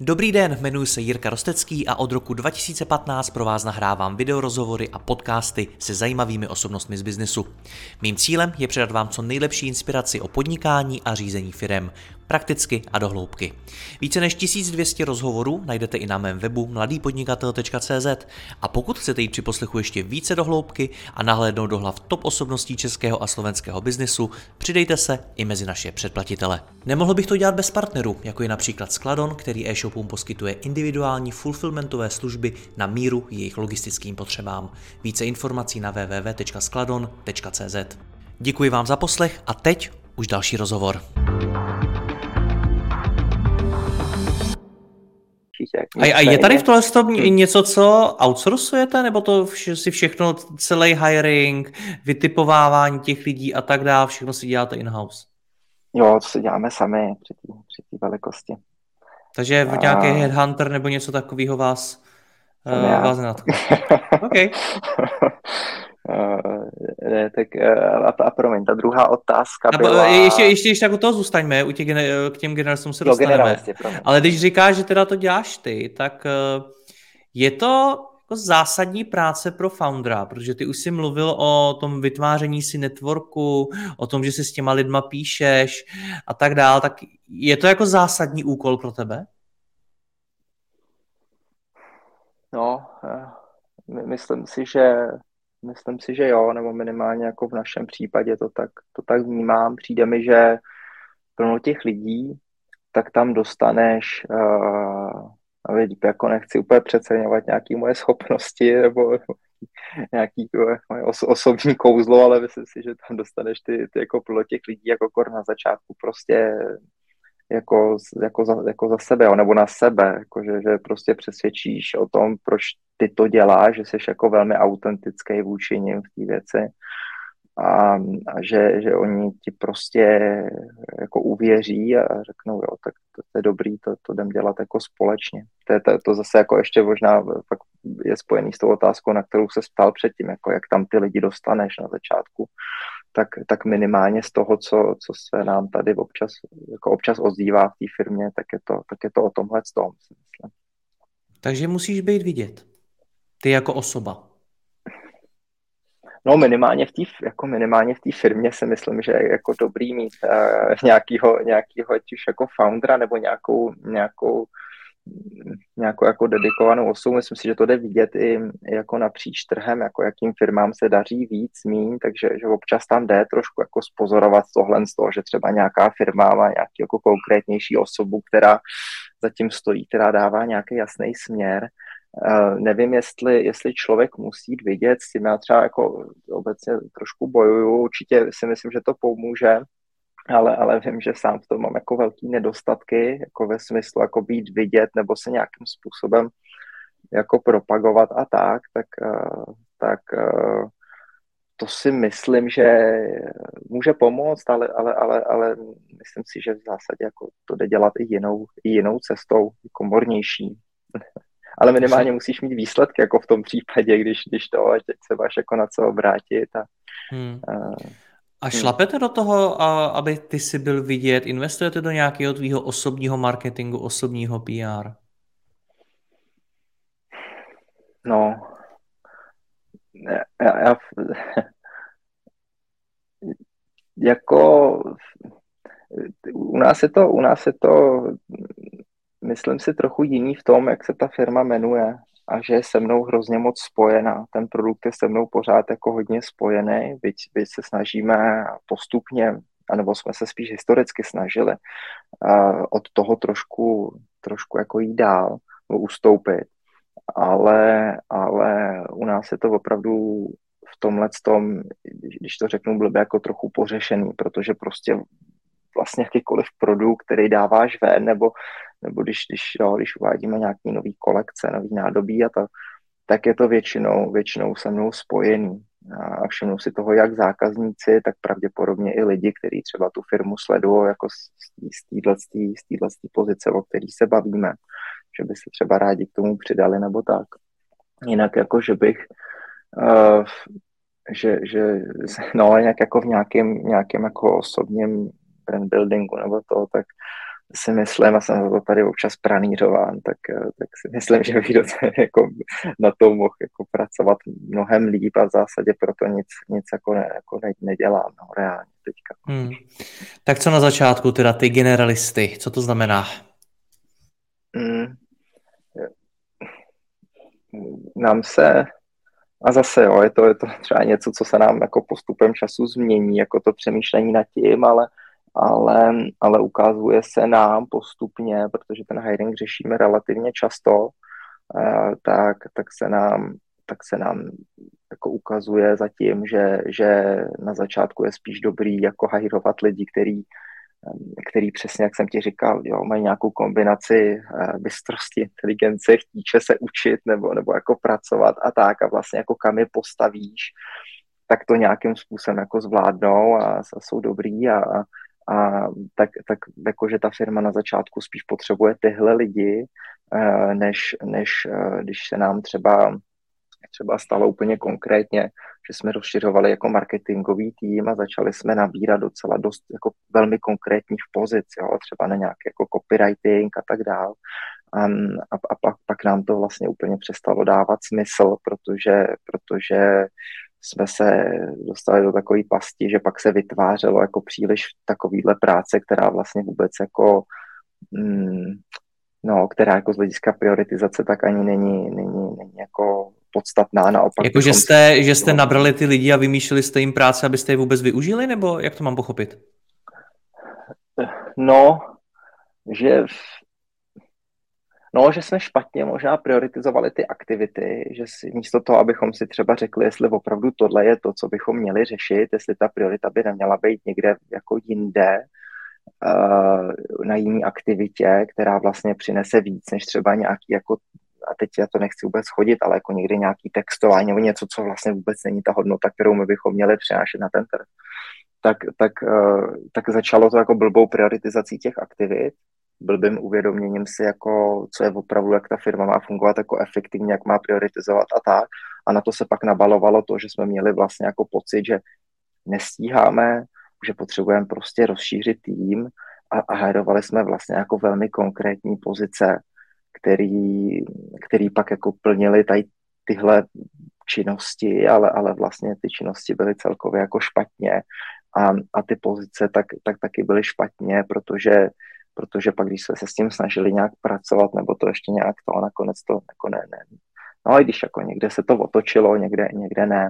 Dobrý den, jmenuji se Jirka Rostecký a od roku 2015 pro vás nahrávám videorozhovory a podcasty se zajímavými osobnostmi z biznesu. Mým cílem je předat vám co nejlepší inspiraci o podnikání a řízení firem, prakticky a do hloubky. Více než 1200 rozhovorů najdete i na mém webu mladýpodnikatel.cz a pokud chcete jít při poslechu ještě více do hloubky a nahlédnout do hlav top osobností českého a slovenského biznesu, přidejte se i mezi naše předplatitele. Nemohl bych to dělat bez partnerů, jako je například Skladon, který e-shopům poskytuje individuální fulfillmentové služby na míru jejich logistickým potřebám. Více informací na www.skladon.cz. Děkuji vám za poslech a teď už další rozhovor. A je tady v tohle něco, co outsourcujete, nebo to si všechno, celý hiring, vytipovávání těch lidí a tak dále, všechno si děláte in-house? Jo, to si děláme sami při té velikosti. Takže nějaký headhunter nebo něco takového vás nenatkne. Okay. Ne, tak a promiň, ta druhá otázka byla... Ještě tak u toho zůstaňme, k těm generálům se dostaneme. Ale když říkáš, že teda to děláš ty, tak je to jako zásadní práce pro foundera, protože ty už jsi mluvil o tom vytváření si networku, o tom, že si s těma lidma píšeš a tak dál, tak je to jako zásadní úkol pro tebe? No, myslím si, že jo, nebo minimálně jako v našem případě to tak vnímám. Přijde mi, že plno těch lidí, tak tam dostaneš, jako nechci úplně přeceňovat nějaké moje schopnosti nebo nějaký moje osobní kouzlo, ale myslím si, že tam dostaneš ty jako plno těch lidí jako na začátku prostě jako za sebe, jo, nebo na sebe, jako že prostě přesvědčíš o tom, proč ty to děláš, že jsi jako velmi autentický vůči nim v té věci a že oni ti prostě jako uvěří a řeknou, jo, tak to je dobrý, to jdem dělat jako společně. To zase jako ještě možná fakt je spojený s tou otázkou, na kterou se ptal předtím, jako jak tam ty lidi dostaneš na začátku. Tak minimálně z toho, co se nám tady občas ozývá v té firmě, tak je to o tomhle z toho, si myslím. Takže musíš být vidět. Ty jako osoba. No minimálně v té firmě si myslím, že je jako dobrý mít nějakýho ať už jako foundera nebo nějakou jako dedikovanou osobu. Myslím si, že to jde vidět i jako napříč trhem, jako jakým firmám se daří víc, míň, takže že občas tam jde trošku jako spozorovat tohle z toho, že třeba nějaká firma má nějaký jako konkrétnější osobu, která zatím stojí, která dává nějaký jasný směr. Nevím, jestli člověk musí jít vidět, s tím já třeba jako obecně trošku bojuju, určitě si myslím, že to pomůže, ale vím, že sám v tom mám jako velký nedostatky, jako ve smyslu jako být vidět nebo se nějakým způsobem jako propagovat a tak to si myslím, že může pomoct, ale myslím si, že v zásadě jako to jde dělat i jinou cestou, komornější. Ale minimálně musíš mít výsledky jako v tom případě, když teď se máš jako na co obrátit. A šlapete do toho, aby ty si byl vidět? Investujete do nějakého tvýho osobního marketingu, osobního PR? No, jako u nás je to myslím si trochu jiný v tom, jak se ta firma jmenuje a že je se mnou hrozně moc spojená. Ten produkt je se mnou pořád jako hodně spojený, byť se snažíme postupně, anebo jsme se spíš historicky snažili od toho trošku jako jít dál, ustoupit. Ale u nás je to opravdu v tomhletom, když to řeknu blbě, jako trochu pořešený, protože prostě vlastně jakýkoliv produkt, který dáváš ven, nebo když uvádíme nějaký nový kolekce, nový nádobí tak je to většinou se mnou spojený. A všimnou si toho jak zákazníci, tak pravděpodobně i lidi, kteří třeba tu firmu sledují jako z této pozice, o který se bavíme, že by se třeba rádi k tomu přidali nebo tak. Jinak jako, že bych no, nějak jako v nějakém jako osobním brand buildingu nebo to, tak si myslím, a jsem za to tady občas pranířován, tak si myslím, že bych jako na tom mohl jako pracovat mnohem líp a v zásadě proto nic jako nedělám, no, reálně teďka. Tak co na začátku, teda ty generalisty, co to znamená? Mm, Nám se, a zase jo, je to třeba něco, co se nám jako postupem času změní, jako to přemýšlení nad tím, ale ukazuje se nám postupně, protože ten hiring řešíme relativně často, tak se nám jako ukazuje zatím, že na začátku je spíš dobrý jako hajrovat lidi, který přesně, jak jsem ti říkal, jo, mají nějakou kombinaci bystrosti, inteligence, chtíče se učit nebo jako pracovat a tak a vlastně jako kam je postavíš, tak to nějakým způsobem jako zvládnou a jsou dobrý a tak jako, že ta firma na začátku spíš potřebuje tyhle lidi, než když se nám třeba stalo úplně konkrétně, že jsme rozšiřovali jako marketingový tým a začali jsme nabírat docela dost jako velmi konkrétních pozic, jo, třeba na nějaký jako copywriting a tak dál. A pak nám to vlastně úplně přestalo dávat smysl, protože jsme se dostali do takové pasti, že pak se vytvářelo jako příliš takovýhle práce, která vlastně vůbec jako která jako z hlediska prioritizace tak ani není jako podstatná, naopak. Jako, že jste nabrali ty lidi a vymýšleli jste jim práce, abyste je vůbec využili, nebo jak to mám pochopit? No, že jsme špatně možná prioritizovali ty aktivity, že si místo toho, abychom si třeba řekli, jestli opravdu tohle je to, co bychom měli řešit, jestli ta priorita by neměla být někde jako jinde, na jiný aktivitě, která vlastně přinese víc, než třeba nějaký jako, a teď já to nechci vůbec chodit, ale jako někdy nějaký textování nebo něco, co vlastně vůbec není ta hodnota, kterou my bychom měli přinášet na ten trh. Tak začalo to jako blbou prioritizací těch aktivit, blbým uvědoměním si, jako, co je opravdu, jak ta firma má fungovat jako efektivně, jak má prioritizovat a tak. A na to se pak nabalovalo to, že jsme měli vlastně jako pocit, že nestíháme, že potřebujeme prostě rozšířit tým a hledovali jsme vlastně jako velmi konkrétní pozice, který pak jako plnili tady tyhle činnosti, ale vlastně ty činnosti byly celkově jako špatně a ty pozice tak taky byly špatně, protože pak, když jsme se s tím snažili nějak pracovat, nebo to ještě nějak to, nakonec to jako ne. No i když jako někde se to otočilo, někde ne,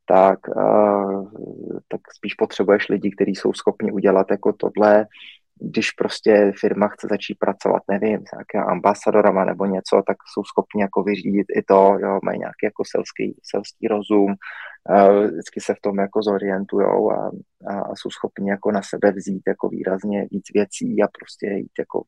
tak spíš potřebuješ lidi, kteří jsou schopni udělat jako tohle, když prostě firma chce začít pracovat, nevím, s nějakými ambasadorama nebo něco, tak jsou schopni jako vyřídit i to, jo, mají nějaký jako selský rozum, vždycky se v tom jako zorientujou a jsou schopni jako na sebe vzít jako výrazně víc věcí a prostě jít jako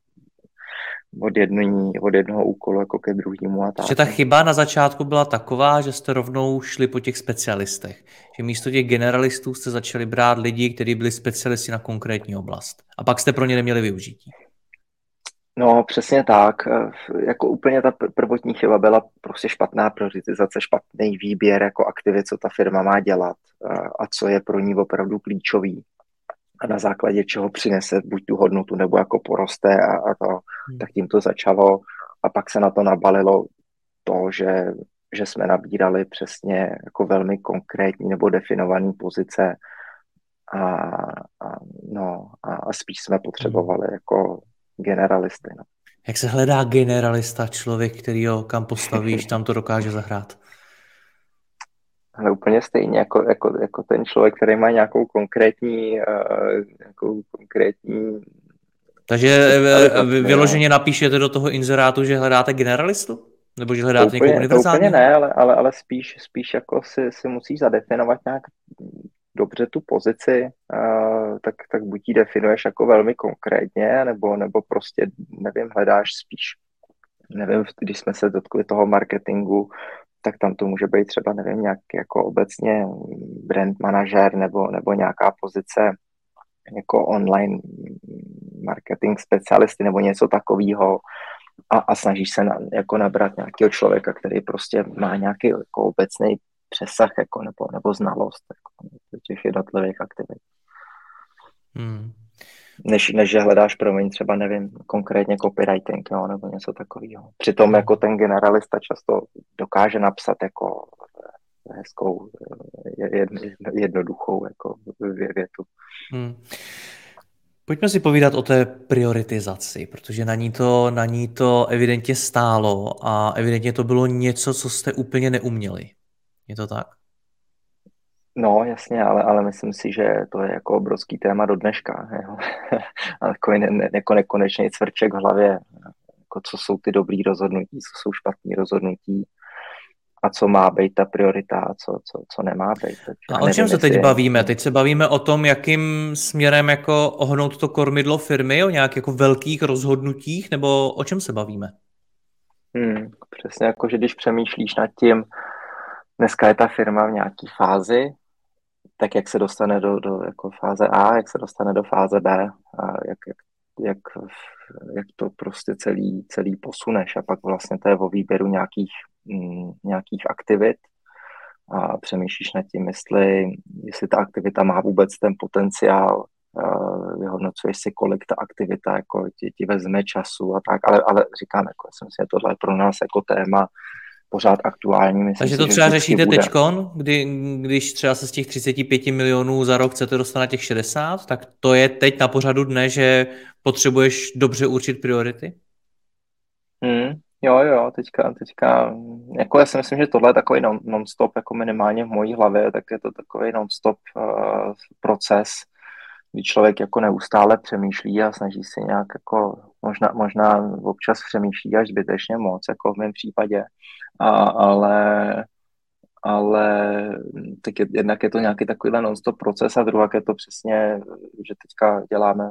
od jednoho úkolu jako ke druhému a tak. Takže ta chyba na začátku byla taková, že jste rovnou šli po těch specialistech. Že místo těch generalistů jste začali brát lidi, kteří byli specialisti na konkrétní oblast. A pak jste pro ně neměli využití. No, přesně tak. Jako úplně ta prvotní chyba byla prostě špatná prioritizace, špatný výběr jako aktivit, co ta firma má dělat a co je pro ní opravdu klíčový. A na základě čeho přinese buď tu hodnotu, nebo jako poroste a to, tak tím to začalo. A pak se na to nabalilo to, že jsme nabírali přesně jako velmi konkrétní nebo definované pozice a spíš jsme potřebovali jako generalisty. No. Jak se hledá generalista, člověk, který ho kam postavíš, tam to dokáže zahrát? Ale úplně stejně jako ten člověk, který má nějakou konkrétní Takže vyloženě napíšete do toho inzerátu, že hledáte generalistu? Nebo že hledáte někoho univerzálního? Úplně ne, ale spíš jako si musíš zadefinovat nějak dobře tu pozici, tak buď ji definuješ jako velmi konkrétně, nebo prostě, nevím, hledáš spíš, nevím, když jsme se dotkli toho marketingu, tak tam to může být třeba, nevím, nějaký jako obecně brand manažer nebo nějaká pozice jako online marketing specialisty nebo něco takového a snažíš se jako nabrat nějakého člověka, který prostě má nějaký jako obecný přesah jako, nebo znalost jako, těch jednotlivých aktivit. než že hledáš, promiň, třeba nevím, konkrétně copywriting, jo, nebo něco takového. Přitom jako ten generalista často dokáže napsat jako hezkou, jednoduchou jako větu. Hmm. Pojďme si povídat o té prioritizaci, protože na ní to evidentně stálo a evidentně to bylo něco, co jste úplně neuměli. Je to tak? No, jasně, ale myslím si, že to je jako obrovský téma do dneška. Jo. Ale jako nekonečný cvrček v hlavě, jako co jsou ty dobrý rozhodnutí, co jsou špatný rozhodnutí a co má být ta priorita a co nemá být. Takže A já o čem nevím, se teď jestli... bavíme? Teď se bavíme o tom, jakým směrem jako ohnout to kormidlo firmy, o nějakých jako velkých rozhodnutích, nebo o čem se bavíme? Přesně jako, že když přemýšlíš nad tím, dneska je ta firma v nějaký fázi, tak jak se dostane do jako fáze A, jak se dostane do fáze B, a jak, jak to prostě celý posuneš a pak vlastně to je o výběru nějakých aktivit a přemýšlíš nad tím, jestli ta aktivita má vůbec ten potenciál, vyhodnocuješ si, kolik ta aktivita jako ti vezme času a tak, ale říkám, jako, já si myslím, že tohle je pro nás jako téma pořád aktuální. Myslím Takže si, to že třeba vždycky řešíte bude. teďkon, když třeba se z těch 35 milionů za rok chcete dostat na těch 60, tak to je teď na pořadu dne, že potřebuješ dobře určit priority? Jo, teďka, jako já si myslím, že tohle je takový non-stop, jako minimálně v mojí hlavě, tak je to takový non-stop proces, kdy člověk jako neustále přemýšlí a snaží se nějak jako, možná občas přemýšlí až zbytečně moc, jako v mém případě, ale tak jednak je to nějaký takovýhle non-stop proces a druhá je to přesně, že teďka děláme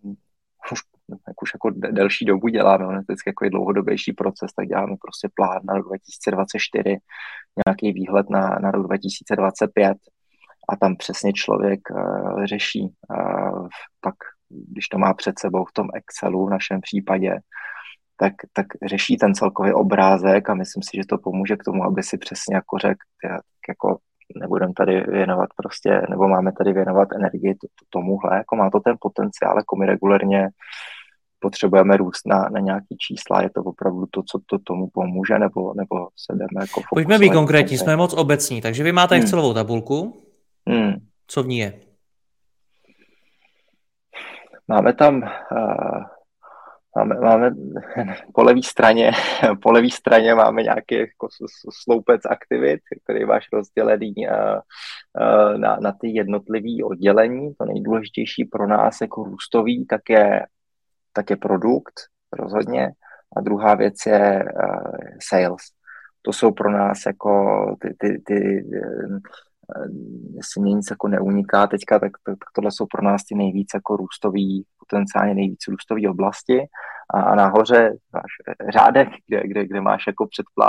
už jako delší dobu děláme, on je vždycky jako dlouhodobější proces, tak děláme prostě plán na rok 2024, nějaký výhled na rok 2025 a tam přesně člověk řeší. Pak, když to má před sebou v tom Excelu v našem případě, tak řeší ten celkový obrázek a myslím si, že to pomůže k tomu, aby si přesně jako řekl, jako nebudeme tady věnovat prostě, nebo máme tady věnovat energii tomuhle, jako má to ten potenciál, jako my regulérně potřebujeme růst na nějaký čísla, je to opravdu to, co to tomu pomůže, nebo se jdeme jako fokusovat. Pojďme být konkrétní, jsme moc obecní, takže vy máte Excelovou tabulku, co v ní je? Máme tam máme po levé straně máme nějaký jako sloupec aktivit, který máš rozdělený na ty jednotlivé oddělení. To nejdůležitější pro nás jako růstový, tak je produkt rozhodně. A druhá věc je sales. To jsou pro nás jako jestli mě nic jako neuniká teďka, tak tohle jsou pro nás ty nejvíc jako potenciálně nejvíc růstový oblasti. A nahoře máš řádek, kde máš jako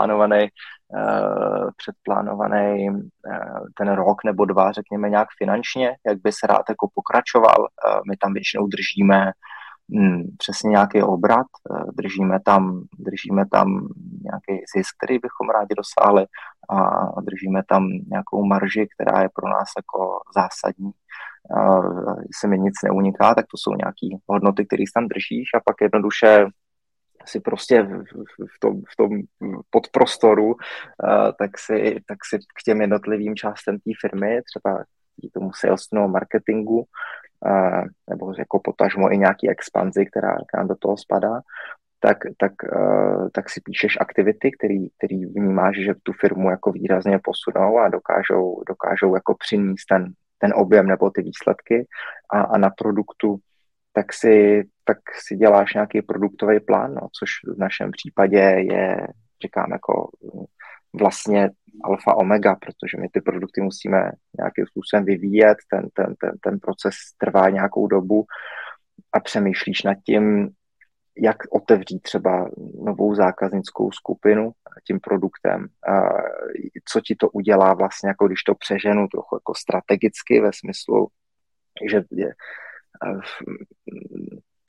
předplánovaný ten rok nebo dva, řekněme nějak finančně, jak by se rád jako pokračoval. My tam většinou držíme přesně nějaký obrat, držíme tam nějaký zisk, který bychom rádi dosáhli a držíme tam nějakou marži, která je pro nás jako zásadní. Jestli mi nic neuniká, tak to jsou nějaké hodnoty, které tam držíš a pak jednoduše si prostě v tom podprostoru tak si k těm jednotlivým částem té firmy, třeba k tomu salesu nebo marketingu, nebo jako potažmo i nějaký expanzi, která nám do toho spadá, tak si píšeš aktivity, který vnímáš, že tu firmu jako výrazně posunou a dokážou jako přinést ten objem nebo ty výsledky a na produktu tak si děláš nějaký produktový plán, no, což v našem případě je, říkám, jako vlastně alfa omega, protože my ty produkty musíme nějakým způsobem vyvíjet, ten proces trvá nějakou dobu a přemýšlíš nad tím, jak otevřít třeba novou zákaznickou skupinu tím produktem, co ti to udělá vlastně, jako když to přeženu trochu jako strategicky ve smyslu, že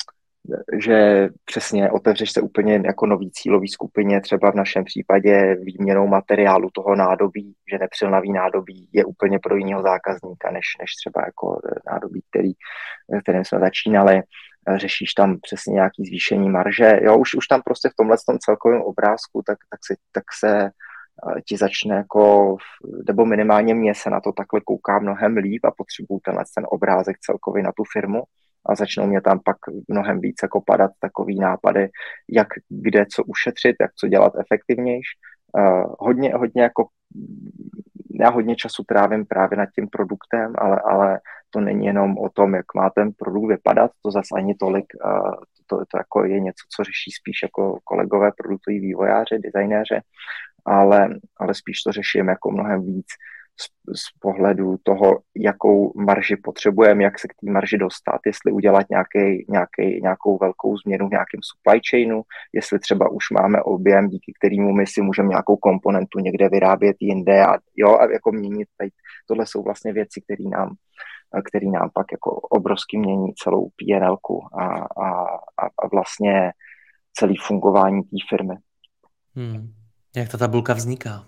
že přesně otevřeš se úplně jako nový cílový skupině, třeba v našem případě výměnou materiálu toho nádobí, že nepřilnavý nádobí je úplně pro jiného zákazníka, než třeba jako nádobí, kterým jsme začínali. Řešíš tam přesně nějaký zvýšení marže. Jo, už tam prostě v tomhle celkovém obrázku, tak se ti začne jako, nebo minimálně mě se na to takhle kouká mnohem líp a potřebuju ten obrázek celkově na tu firmu a začnou mě tam pak mnohem víc jako padat takový nápady, jak kde co ušetřit, jak co dělat efektivnějš. Hodně jako já hodně času trávím právě nad tím produktem, ale to není jenom o tom, jak má ten produkt vypadat, to zase ani tolik, to jako je něco, co řeší spíš jako kolegové produktoví vývojáři, designéři, ale spíš to řeším jako mnohem víc z pohledu toho, jakou marži potřebujeme, jak se k té marži dostat, jestli udělat nějakou velkou změnu v nějakém supply chainu, jestli třeba už máme objem, díky kterému my si můžeme nějakou komponentu někde vyrábět jinde a jako měnit. Tohle jsou vlastně věci, které nám pak jako obrovsky mění celou PNL-ku a vlastně celé fungování té firmy. Jak ta tabulka vzniká?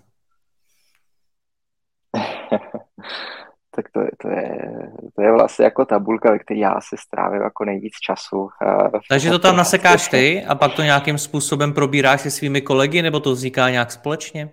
Tak to je vlastně jako tabulka, ve které já asi strávím jako nejvíc času. Takže to tam nasekáš ty a pak to nějakým způsobem probíráš se svými kolegy, nebo to vzniká nějak společně?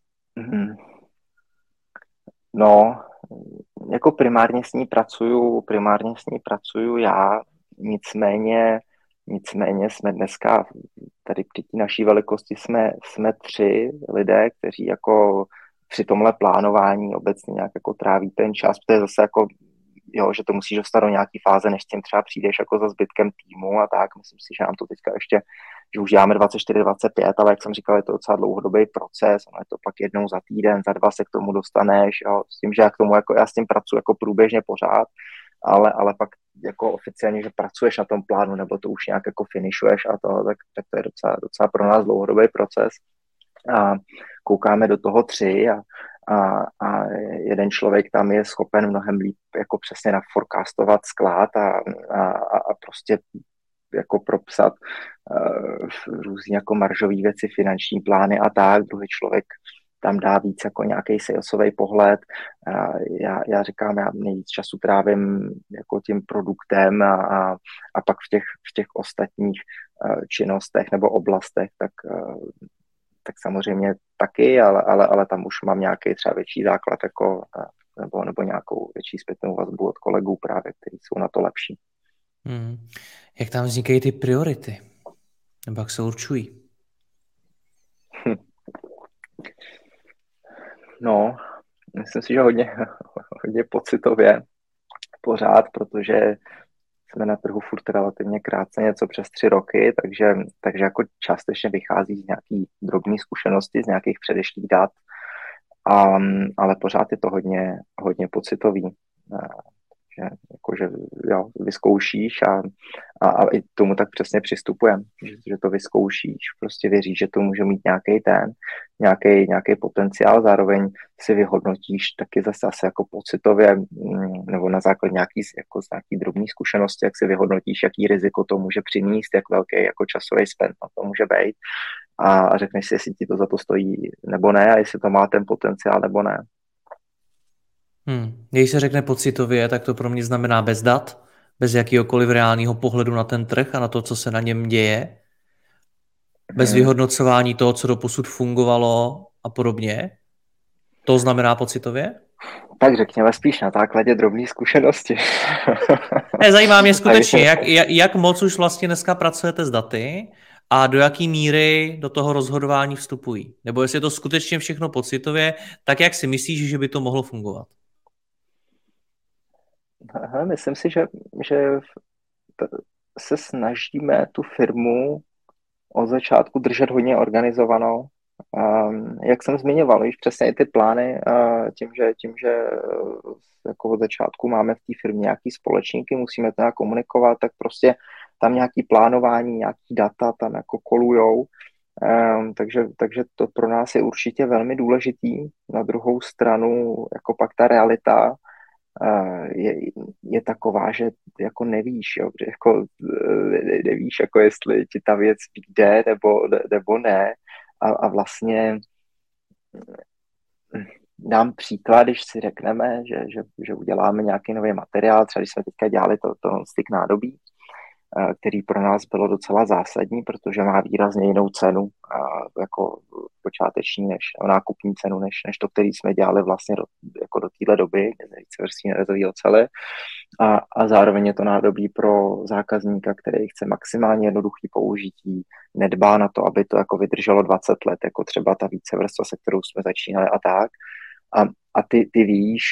No, jako primárně s ní pracuju já, nicméně jsme dneska tady při té naší velikosti jsme 3 lidé, kteří jako při tomhle plánování obecně nějak jako tráví ten čas, protože zase jako, jo, že to musíš dostat do nějaký fáze, než s tím třeba přijdeš jako za zbytkem týmu a tak. Myslím si, že nám to teďka ještě, že už děláme 24-25, ale jak jsem říkal, je to docela dlouhodobý proces, ono je to pak jednou za týden, za 2 se k tomu dostaneš, jo, s tím, že já s tím pracuji jako průběžně pořád, ale pak jako oficiálně, že pracuješ na tom plánu, nebo to už nějak jako finišuješ a tak to je docela pro nás dlouhodobý proces. A koukáme do toho 3 a jeden člověk tam je schopen mnohem líp jako přesně naforecastovat sklad a prostě jako propsat různý jako maržové věci, finanční plány a tak. Druhý člověk tam dá víc jako nějaký salesový pohled. Já říkám, já nejvíc času trávím jako tím produktem a pak v těch ostatních činnostech nebo oblastech, tak samozřejmě taky, ale tam už mám nějaký třeba větší základ jako, nebo nějakou větší zpětnou vazbu od kolegů právě, kteří jsou na to lepší. Jak tam vznikají ty priority? Nebo jak se určují? No, myslím si, že hodně pocitově pořád, protože jsme na trhu furt relativně krátce, něco přes 3 roky, takže jako částečně vychází z nějaký drobné zkušenosti, z nějakých předešlých dat, ale pořád je to hodně pocitový. Že jo, vyzkoušíš a i tomu tak přesně přistupujeme, že to vyzkoušíš, prostě věříš, že to může mít nějaký potenciál, zároveň si vyhodnotíš taky zase asi jako pocitově nebo na základě nějaký drobný zkušenosti, jak si vyhodnotíš, jaký riziko to může přinést, jak velký jako časový spend na to může být a řekneš si, jestli ti to za to stojí nebo ne a jestli to má ten potenciál nebo ne. Když se řekne pocitově, tak to pro mě znamená bez dat, bez jakýhokoliv reálného pohledu na ten trh a na to, co se na něm děje, bez vyhodnocování toho, co doposud fungovalo a podobně. To znamená pocitově? Tak řekněme spíš na základě drobné zkušenosti. Zajímá mě skutečně, jak moc už vlastně dneska pracujete s daty a do jaký míry do toho rozhodování vstupují. Nebo jestli je to skutečně všechno pocitově, tak jak si myslíš, že by to mohlo fungovat? Myslím si, že se snažíme tu firmu od začátku držet hodně organizovanou. Jak jsem zmiňoval, již přesně i ty plány, tím, že jako od začátku máme v té firmě nějaký společníky, musíme to nějak komunikovat, tak prostě tam nějaký plánování, nějaký data tam jako kolujou. Takže to pro nás je určitě velmi důležitý. Na druhou stranu, jako pak ta realita, je taková, že jako nevíš, jo, že jako nevíš, jako jestli ti ta věc vyjde nebo ne. A vlastně dám příklad, když si řekneme, že uděláme nějaký nový materiál, třeba když jsme teďka dělali to styk nádobí, který pro nás bylo docela zásadní, protože má výrazně jinou cenu jako počáteční nákupní cenu, než to, který jsme dělali vlastně jako do téhle doby, vícevrství nerezový ocely. A zároveň je to nádobí pro zákazníka, který chce maximálně jednoduchý použití, nedbá na to, aby to jako vydrželo 20 let, jako třeba ta vícevrstva, se kterou jsme začínali a tak. A ty víš,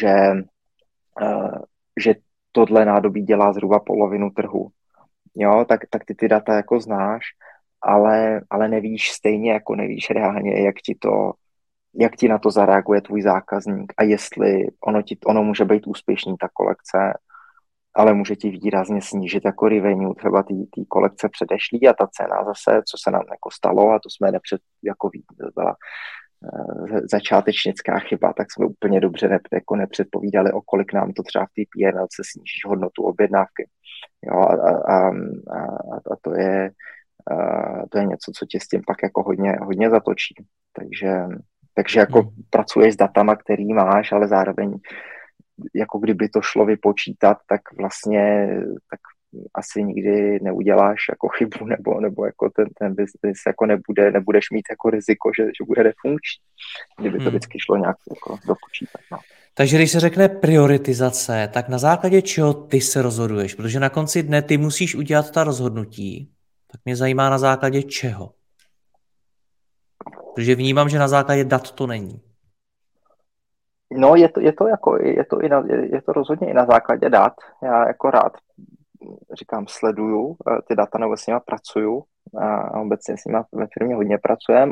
že tohle nádobí dělá zhruba polovinu trhu. Jo, tak ty data jako znáš, ale nevíš stejně, jako nevíš reálně, jak ti na to zareaguje tvůj zákazník a jestli ono může být úspěšný, ta kolekce, ale může ti výrazně snížit jako revenue, třeba ty kolekce předešlý a ta cena zase, co se nám jako stalo a to jsme byla začátečnická chyba, tak jsme úplně dobře jako nepředpovídali, o kolik nám to třeba v té P&L se sníží hodnotu objednávky. Jo, a to je něco, co tě s tím pak jako hodně zatočí. Takže jako pracuješ s datama, který máš, ale zároveň jako kdyby to šlo vypočítat, tak vlastně tak asi nikdy neuděláš jako chybu nebo jako ten business jako nebudeš mít jako riziko, že bude nefunkční, kdyby to vždycky šlo nějak jako dopočítat. No. Takže když se řekne prioritizace, tak na základě čeho ty se rozhoduješ? Protože na konci dne ty musíš udělat ta rozhodnutí. Tak mě zajímá na základě čeho. Protože vnímám, že na základě dat to není. No, je to rozhodně i na základě dat. Já jako rád říkám, sleduju ty data nebo s nima pracuju a obecně s nima ve firmě hodně pracujem,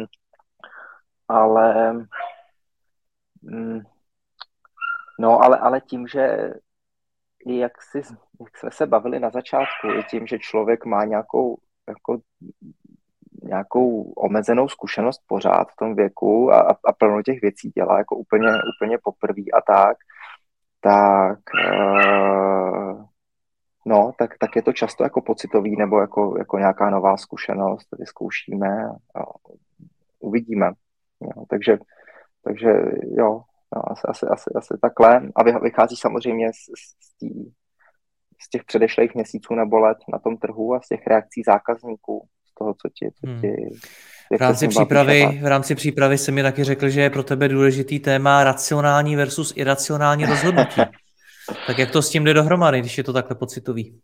ale tím, že jak jsme se bavili na začátku, i tím, že člověk má nějakou omezenou zkušenost pořád v tom věku a plno těch věcí dělá jako úplně poprvé a tak je to často jako pocitový nebo jako nějaká nová zkušenost, vyzkoušíme a uvidíme. Jo, takže jo, asi takhle. A vychází samozřejmě z těch předešlých měsíců nebo let na tom trhu a z těch reakcí zákazníků, z toho, co ti v rámci přípravy se mi taky řekl, že je pro tebe důležitý téma racionální versus iracionální rozhodnutí. Tak jak to s tím jde dohromady, když je to takhle pocitový?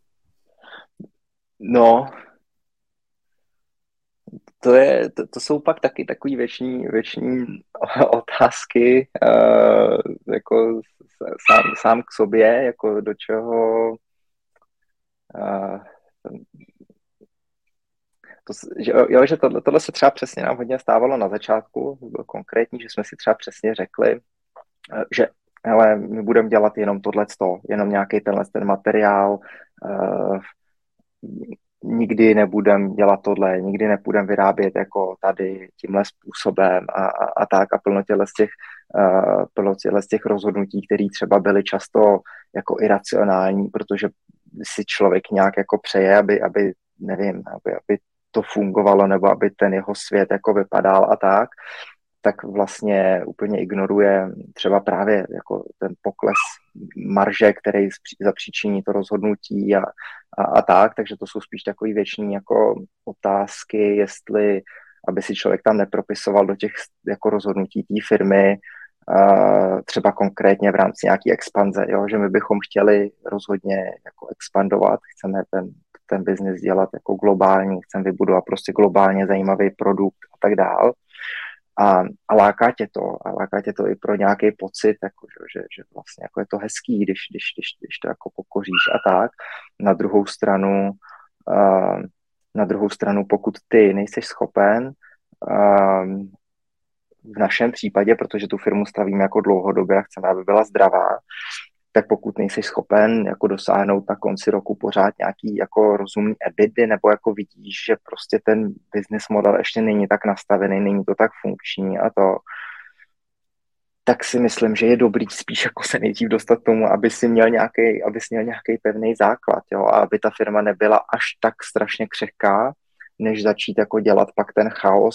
No, to jsou pak taky takový věční otázky, jako sám k sobě, jako do čeho že tohle se třeba přesně nám hodně stávalo na začátku, bylo konkrétní, že jsme si třeba přesně řekli, že hele, my budeme dělat jenom tohleto, jenom nějaký ten materiál, nikdy nebudeme dělat tohle, nikdy nebudeme vyrábět jako tady tímhle způsobem a tak a plno z těch rozhodnutí, které třeba byly často jako iracionální, protože si člověk nějak jako přeje, aby to fungovalo nebo aby ten jeho svět jako vypadal a tak vlastně úplně ignoruje třeba právě jako ten pokles marže, který zapříčiní to rozhodnutí a tak, takže to jsou spíš takový věční jako otázky, jestli, aby si člověk tam nepropisoval do těch jako rozhodnutí té firmy, třeba konkrétně v rámci nějaký expanze, jo? Že my bychom chtěli rozhodně jako expandovat, chceme ten biznis dělat jako globální, chceme vybudovat prostě globálně zajímavý produkt a tak dál. A láká tě to i pro nějaký pocit, jako, že vlastně jako je to hezký, když to jako pokoříš a tak. Na druhou stranu, pokud ty nejseš schopen, v našem případě, protože tu firmu stavíme jako dlouhodobě a chceme, aby byla zdravá, tak pokud nejsi schopen jako dosáhnout na konci roku pořád nějaký jako rozumný EBITDA, nebo jako vidíš, že prostě ten business model ještě není tak nastavený, není to tak funkční a tak si myslím, že je dobrý spíš jako se nejdřív dostat k tomu, aby si měl nějaký pevný základ, jo, a aby ta firma nebyla až tak strašně křehká, než začít jako dělat pak ten chaos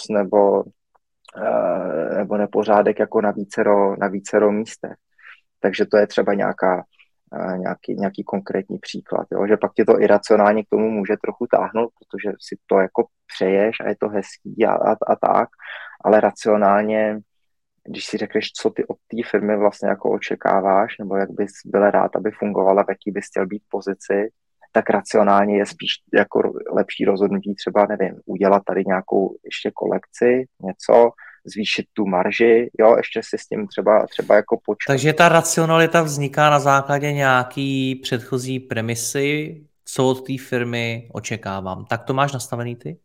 nebo nepořádek jako na vícero místech. Takže to je třeba nějaký konkrétní příklad, jo? Že pak tě to iracionálně k tomu může trochu táhnout, protože si to jako přeješ a je to hezký a tak, ale racionálně, když si řekneš, co ty od té firmy vlastně jako očekáváš, nebo jak bys byl rád, aby fungovala, v jaký bys chtěl být pozici, tak racionálně je spíš jako lepší rozhodnutí třeba, nevím, udělat tady nějakou ještě kolekci, něco, zvýšit tu marži, jo, ještě si s tím třeba jako počkat. Takže ta racionalita vzniká na základě nějaký předchozí premisy, co od té firmy očekávám. Tak to máš nastavený ty?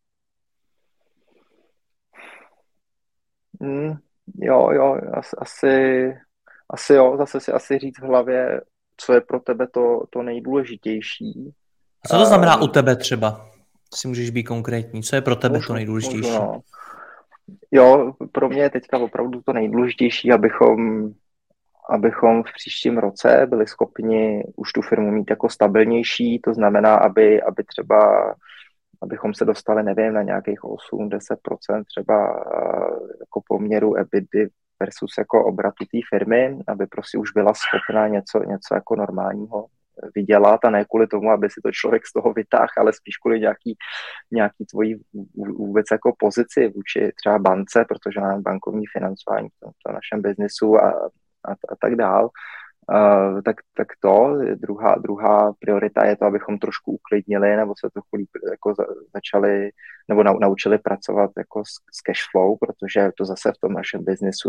Jo, asi jo, zase si asi říct v hlavě, co je pro tebe to nejdůležitější. Co to znamená u tebe třeba? Si můžeš být konkrétní. Co je pro tebe to nejdůležitější? Můžu, no. Jo, pro mě je teďka opravdu to nejdůležitější, abychom v příštím roce byli schopni už tu firmu mít jako stabilnější, to znamená, aby třeba abychom se dostali, nevím, na nějakých 8-10% třeba jako poměru EBITDA versus jako obratu té firmy, aby prostě už byla schopna něco jako normálního vydělat a ne kvůli tomu, aby si to člověk z toho vytáhl, ale spíš kvůli nějaký tvojí vůbec jako pozici vůči třeba bance, protože máme bankovní financování v našem biznisu a tak dál. Tak to, druhá priorita je to, abychom trošku uklidnili nebo se trochu líp jako začali nebo naučili pracovat jako s cash flow, protože to zase v tom našem biznesu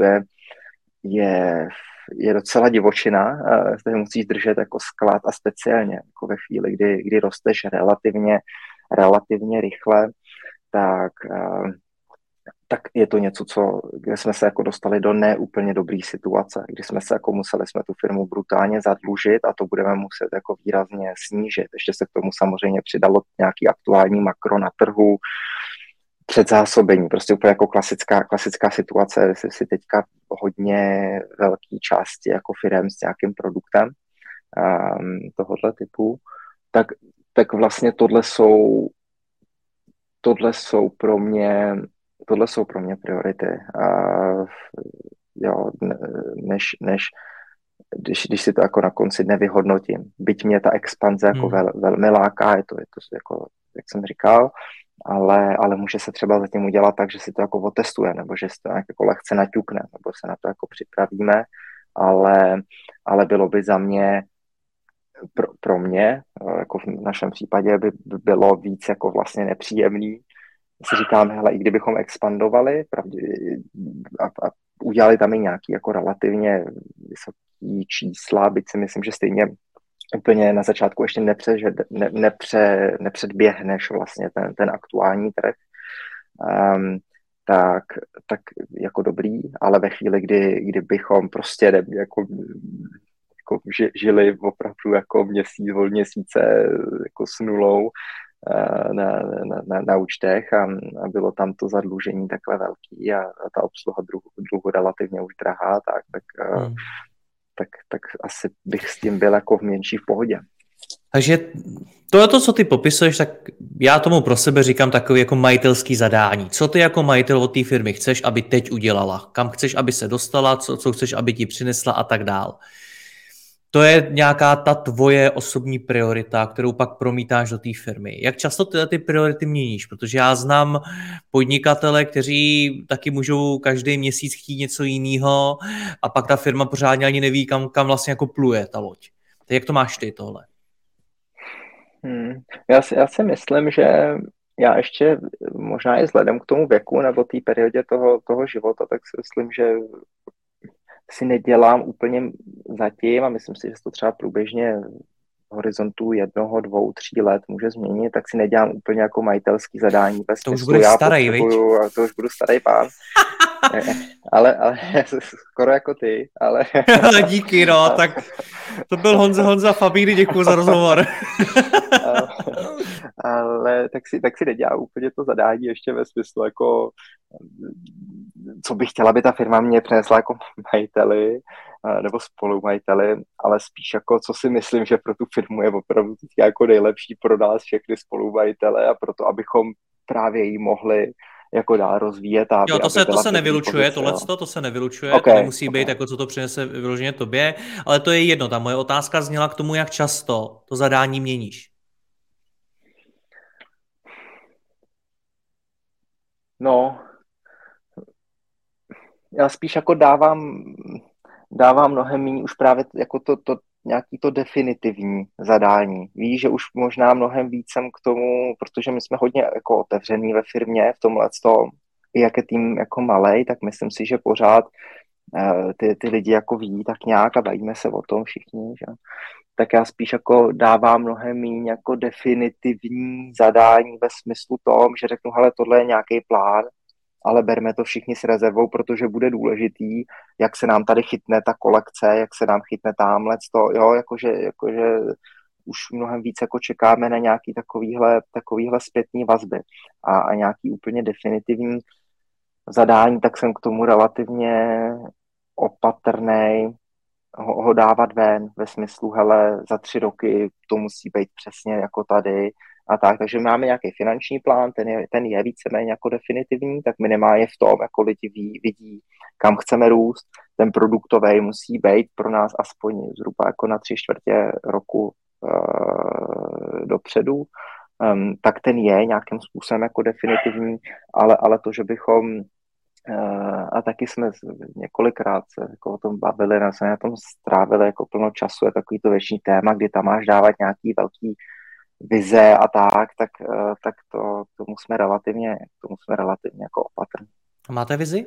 je docela divočina, tady musíš držet jako sklad a speciálně jako ve chvíli, kdy rosteš relativně rychle, tak je to něco, kde jsme se jako dostali do neúplně dobré situace, kdy jsme se jako museli tu firmu brutálně zadlužit a to budeme muset jako výrazně snížit. Ještě se k tomu samozřejmě přidalo nějaký aktuální makro na trhu, předzásobení, prostě úplně jako klasická situace, si teďka hodně velký části jako firem s nějakým produktem tohoto typu, tak vlastně tohle jsou pro mě priority. Jo, když si to jako na konci nevyhodnotím. Byť mě ta expanze jako velmi láká, je to jako, jak jsem říkal, ale může se třeba zatím udělat tak, že si to jako otestuje, nebo že si to jako lehce naťukne, nebo se na to jako připravíme, ale bylo by za mě pro mě, jako v našem případě by bylo víc jako vlastně nepříjemný, si říkám, hele, i kdybychom expandovali a udělali tam i nějaký jako relativně vysoký čísla, byť si myslím, že stejně úplně na začátku ještě nepředběhneš vlastně ten aktuální trh, tak jako dobrý, ale ve chvíli, kdy bychom prostě jako žili opravdu jako měsíce jako s nulou na účtech a bylo tam to zadlužení takhle velký a ta obsluha dluhu relativně už drahá, tak asi bych s tím byl jako v menší pohodě. Takže to je to, co ty popisuješ, tak já tomu pro sebe říkám takový jako majitelský zadání. Co ty jako majitel od té firmy chceš, aby teď udělala? Kam chceš, aby se dostala? Co chceš, aby ti přinesla a tak dál? To je nějaká ta tvoje osobní priorita, kterou pak promítáš do té firmy. Jak často ty priority měníš? Protože já znám podnikatele, kteří taky můžou každý měsíc chtít něco jiného a pak ta firma pořádně ani neví, kam vlastně jako pluje ta loď. Tak jak to máš ty tohle? Já si myslím, že já ještě možná i vzhledem k tomu věku nebo té periodě toho života, tak si myslím, že si nedělám úplně zatím a myslím si, že to třeba průběžně v horizontu 1, 2, 3 let může změnit, tak si nedělám úplně jako majitelský zadání. To už budeš starý, viď? To už budu starý pán. ale skoro jako ty, ale... Díky, no, tak to byl Honza Fabíry, děkuji za rozhovor. ale tak si nedělám úplně to zadání ještě ve smyslu jako co bych chtěla, aby ta firma mě přinesla jako majiteli nebo spolumajiteli, ale spíš jako, co si myslím, že pro tu firmu je opravdu jako nejlepší pro nás všechny spolumajitele a proto, abychom právě ji mohli jako dál rozvíjet a Jo, aby to byla v se dobrý nevylučuje, pozici. to se nevylučuje, OK, to nemusí OK. být jako co to přinese vyloženě tobě, ale to je jedno, ta moje otázka zněla k tomu, jak často to zadání měníš. No, já spíš jako dávám mnohem méně už právě jako to nějaký to definitivní zadání. Víš, že už možná mnohem víc jsem k tomu, protože my jsme hodně jako otevřený ve firmě v tomhle tom, i jak je tým jako malej, tak myslím si, že pořád ty lidi jako ví tak nějak a bavíme se o tom všichni, že? Tak já spíš jako dávám mnohem méně jako definitivní zadání ve smyslu tom, že řeknu, hele, tohle je nějaký plán, ale berme to všichni s rezervou, protože bude důležitý, jak se nám tady chytne ta kolekce, jak se nám chytne támhle to, jo, jakože už mnohem víc jako čekáme na nějaký takovýhle zpětný vazby a nějaký úplně definitivní zadání, tak jsem k tomu relativně opatrnej ho dávat ven ve smyslu, hele, za 3 roky to musí být přesně jako tady a tak, takže máme nějaký finanční plán, ten je víceméně jako definitivní, tak minimálně v tom, jako lidi vidí, kam chceme růst, ten produktový musí být pro nás aspoň zhruba jako na 3/4 roku dopředu, tak ten je nějakým způsobem jako definitivní, ale to, že bychom a taky jsme několikrát se jako o tom bavili, jsme na tom strávili jako plno času, je takový to věčný téma, kdy tam máš dávat nějaký velký vize a tak tomu jsme relativně jako opatrní. A máte vizi?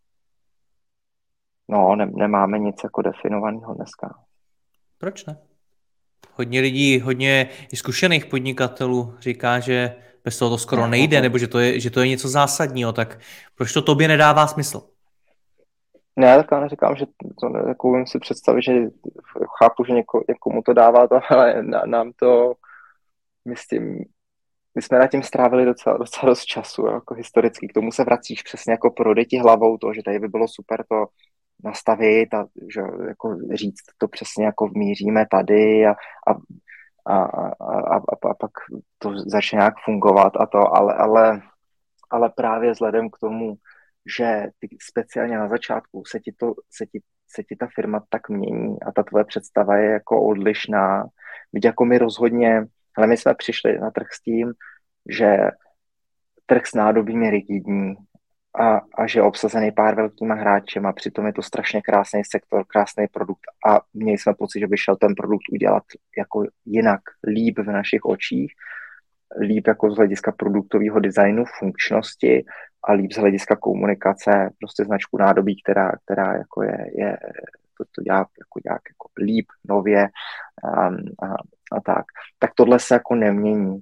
No, nemáme nic jako definovaného dneska. Proč ne? Hodně lidí, hodně i zkušených podnikatelů říká, že bez toho to skoro nejde, nebo že to je něco zásadního, tak proč to tobě nedává smysl? Ne, tak já neříkám, že to jako umím si představit, že chápu, že někomu to dává to, ale nám to, my jsme nad tím strávili docela dost času, jako historicky. K tomu se vracíš přesně jako pro děti hlavou, to, že tady by bylo super to nastavit a že jako říct to přesně jako míříme tady a pak to začne nějak fungovat a to, ale právě vzhledem k tomu, že speciálně na začátku se ti ta firma tak mění a ta tvoje představa je jako odlišná. Byť jako my rozhodně, ale my jsme přišli na trh s tím, že trh s nádobím je rigidní a že je obsazený pár velkýma hráčem a přitom je to strašně krásný sektor, krásný produkt a měli jsme pocit, že by šel ten produkt udělat jako jinak, líp v našich očích, líp jako z hlediska produktového designu, funkčnosti a líp z hlediska komunikace, prostě značku nádobí, která jako je to dělá jako líp, nově a tak. Tak tohle se jako nemění.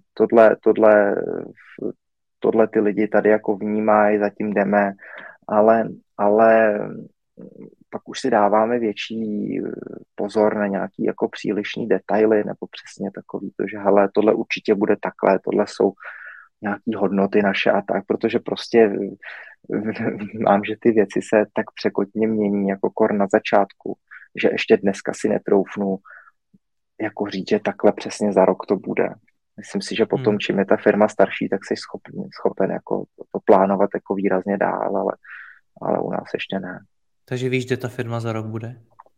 Tohle ty lidi tady jako vnímají, zatím jdeme, ale pak už si dáváme větší pozor na nějaký jako přílišný detaily nebo přesně takový to, že hele, tohle určitě bude takhle, tohle jsou nějaký hodnoty naše a tak, protože prostě mám, že ty věci se tak překotně mění jako kor na začátku, že ještě dneska si netroufnu jako říct, že takhle přesně za rok to bude. Myslím si, že potom, čím je ta firma starší, tak jsi schopen jako to plánovat jako výrazně dál, ale u nás ještě ne. Takže víš, kde ta firma za rok bude?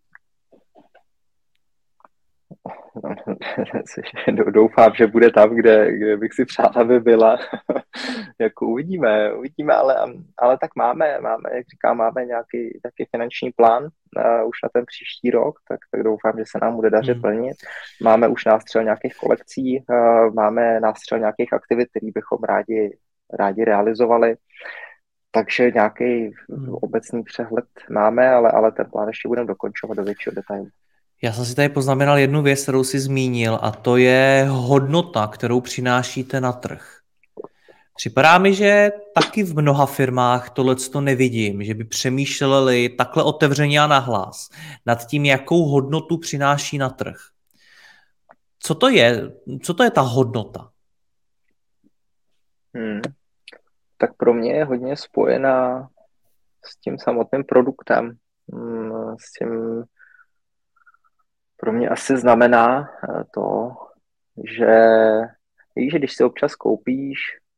Doufám, že bude tam, kde bych si přál, aby byla. Jako uvidíme, ale tak máme, jak říkám, máme nějaký taky finanční plán už na ten příští rok, tak doufám, že se nám bude dařit plnit. Máme už nástřel nějakých kolekcí, máme nástřel nějakých aktivit, které bychom rádi realizovali. Takže nějaký obecný přehled máme, ale ten plán ještě budeme dokončovat do většího detailu. Já jsem si tady poznamenal jednu věc, kterou jsi zmínil, a to je hodnota, kterou přinášíte na trh. Připadá mi, že taky v mnoha firmách tohleto nevidím, že by přemýšleli takhle otevřeně a nahlas nad tím, jakou hodnotu přináší na trh. Co to je? Co to je ta hodnota? Tak pro mě je hodně spojená s tím samotným produktem. S tím pro mě asi znamená to, že víš, že když si občas koupíš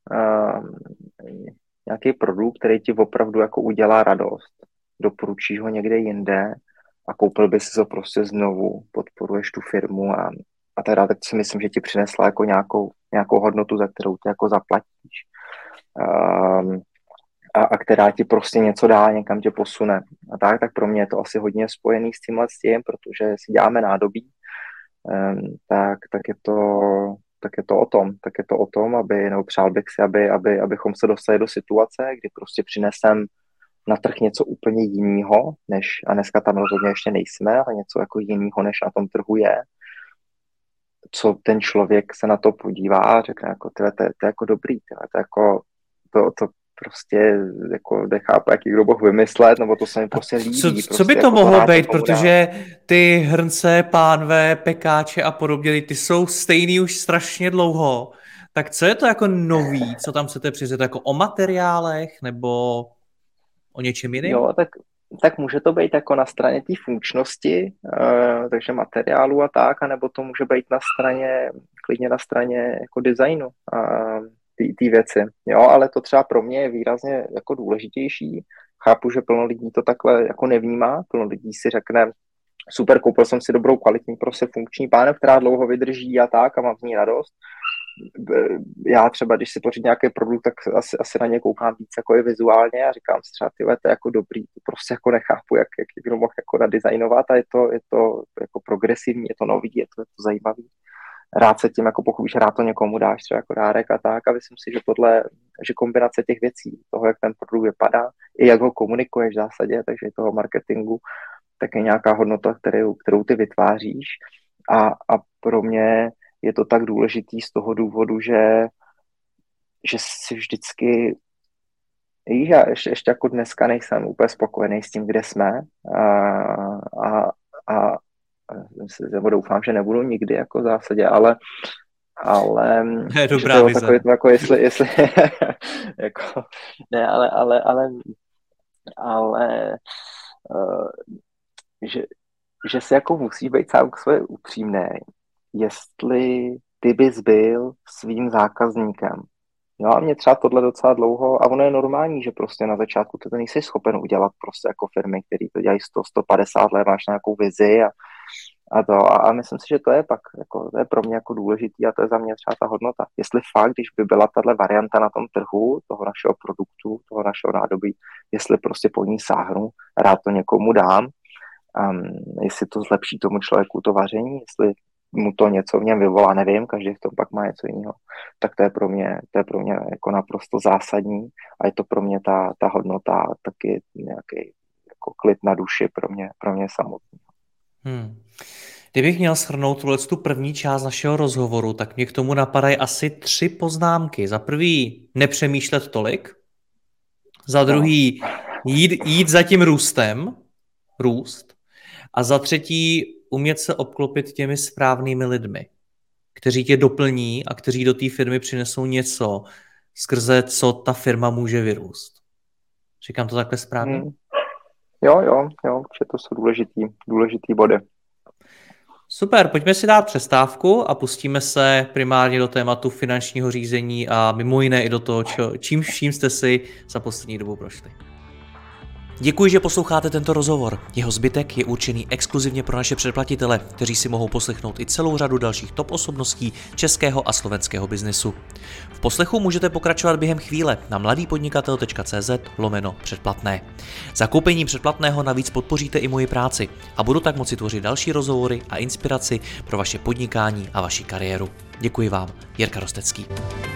nějaký produkt, který ti opravdu jako udělá radost, doporučíš ho někde jinde a koupil bys si ho prostě znovu, podporuješ tu firmu a teda tak si myslím, že ti přinesla jako nějakou hodnotu, za kterou ty jako zaplatíš. A která ti prostě něco dá, někam tě posune. A tak pro mě je to asi hodně spojený s tímhle s tím, protože si děláme nádobí, tak je to o tom, nebo přál bych si, abychom se dostali do situace, kdy prostě přinesem na trh něco úplně jiného, a dneska tam rozhodně ještě nejsme, ale něco jako jiného, než na tom trhu je, co ten člověk se na to podívá a řekne, jako, to je jako dobrý, to jako, to prostě jako nechápu, jaký kdo mohl vymyslet, nebo to se mi prostě líbí. Co by to jako mohlo být, protože ty hrnce, pánve, pekáče a podobně, ty jsou stejný už strašně dlouho, tak co je to jako nový, co tam chcete přizet, jako o materiálech, nebo o něčem jiném? Jo, tak může to být jako na straně té funkčnosti, takže materiálu a tak, anebo to může být klidně na straně jako designu. Ty věci, jo, ale to třeba pro mě je výrazně jako důležitější. Chápu, že plno lidí to takhle jako nevnímá, plno lidí si řekne, super, koupil jsem si dobrou kvalitní prostě funkční pánev, která dlouho vydrží a tak a mám z ní radost. Já třeba, když si pořídím nějaký produkt, tak asi na ně koukám víc jako i vizuálně a říkám si třeba, tyhle, to je jako dobrý, to prostě jako nechápu, jak někdo mohl jako nadizajnovat a je to jako progresivní, je to nový, je to zajímavý. Rád se tím jako pochopíš, rád to někomu dáš třeba jako dárek a tak a myslím si, že kombinace těch věcí, toho, jak ten produkt vypadá, i jak ho komunikuješ v zásadě, takže toho marketingu, tak je nějaká hodnota, kterou ty vytváříš a pro mě je to tak důležitý z toho důvodu, že si vždycky, víš, já ještě jako dneska nejsem úplně spokojený s tím, kde jsme a doufám, že nebudu nikdy jako v zásadě, ale je dobrá vize. Takový, jako jestli jako, ne, ale že si jako musí být sám k sobě upřímný, jestli ty bys byl svým zákazníkem. Jo, a mě třeba tohle docela dlouho, a ono je normální, že prostě na začátku to nejsi schopen udělat prostě jako firmy, které to dělají 100-150 let, máš nějakou vizi a myslím si, že to je pak, jako, to je pro mě jako důležitý a to je za mě třeba ta hodnota. Jestli fakt, když by byla tahle varianta na tom trhu, toho našeho produktu, toho našeho nádobí, jestli prostě po ní sáhnu, rád to někomu dám, jestli to zlepší tomu člověku to vaření, jestli mu to něco v něm vyvolá, nevím, každý v tom pak má něco jiného, tak to je pro mě jako naprosto zásadní a je to pro mě ta hodnota, taky nějaký jako klid na duši pro mě samotný. Kdybych měl shrnout tu první část našeho rozhovoru, tak mě k tomu napadají asi 3 poznámky. Za prvý, nepřemýšlet tolik. Za druhý, jít za tím růst. A za třetí, umět se obklopit těmi správnými lidmi, kteří tě doplní a kteří do té firmy přinesou něco, skrze co ta firma může vyrůst. Říkám to takhle správně? Jo, že to jsou důležitý body. Super, pojďme si dát přestávku a pustíme se primárně do tématu finančního řízení a mimo jiné i do toho, čím vším jste si za poslední dobu prošli. Děkuji, že posloucháte tento rozhovor. Jeho zbytek je určený exkluzivně pro naše předplatitele, kteří si mohou poslechnout i celou řadu dalších top osobností českého a slovenského biznesu. V poslechu můžete pokračovat během chvíle na mladýpodnikatel.cz/předplatné. Zakoupením předplatného navíc podpoříte i moji práci a budu tak moci tvořit další rozhovory a inspiraci pro vaše podnikání a vaši kariéru. Děkuji vám, Jirka Rostecký.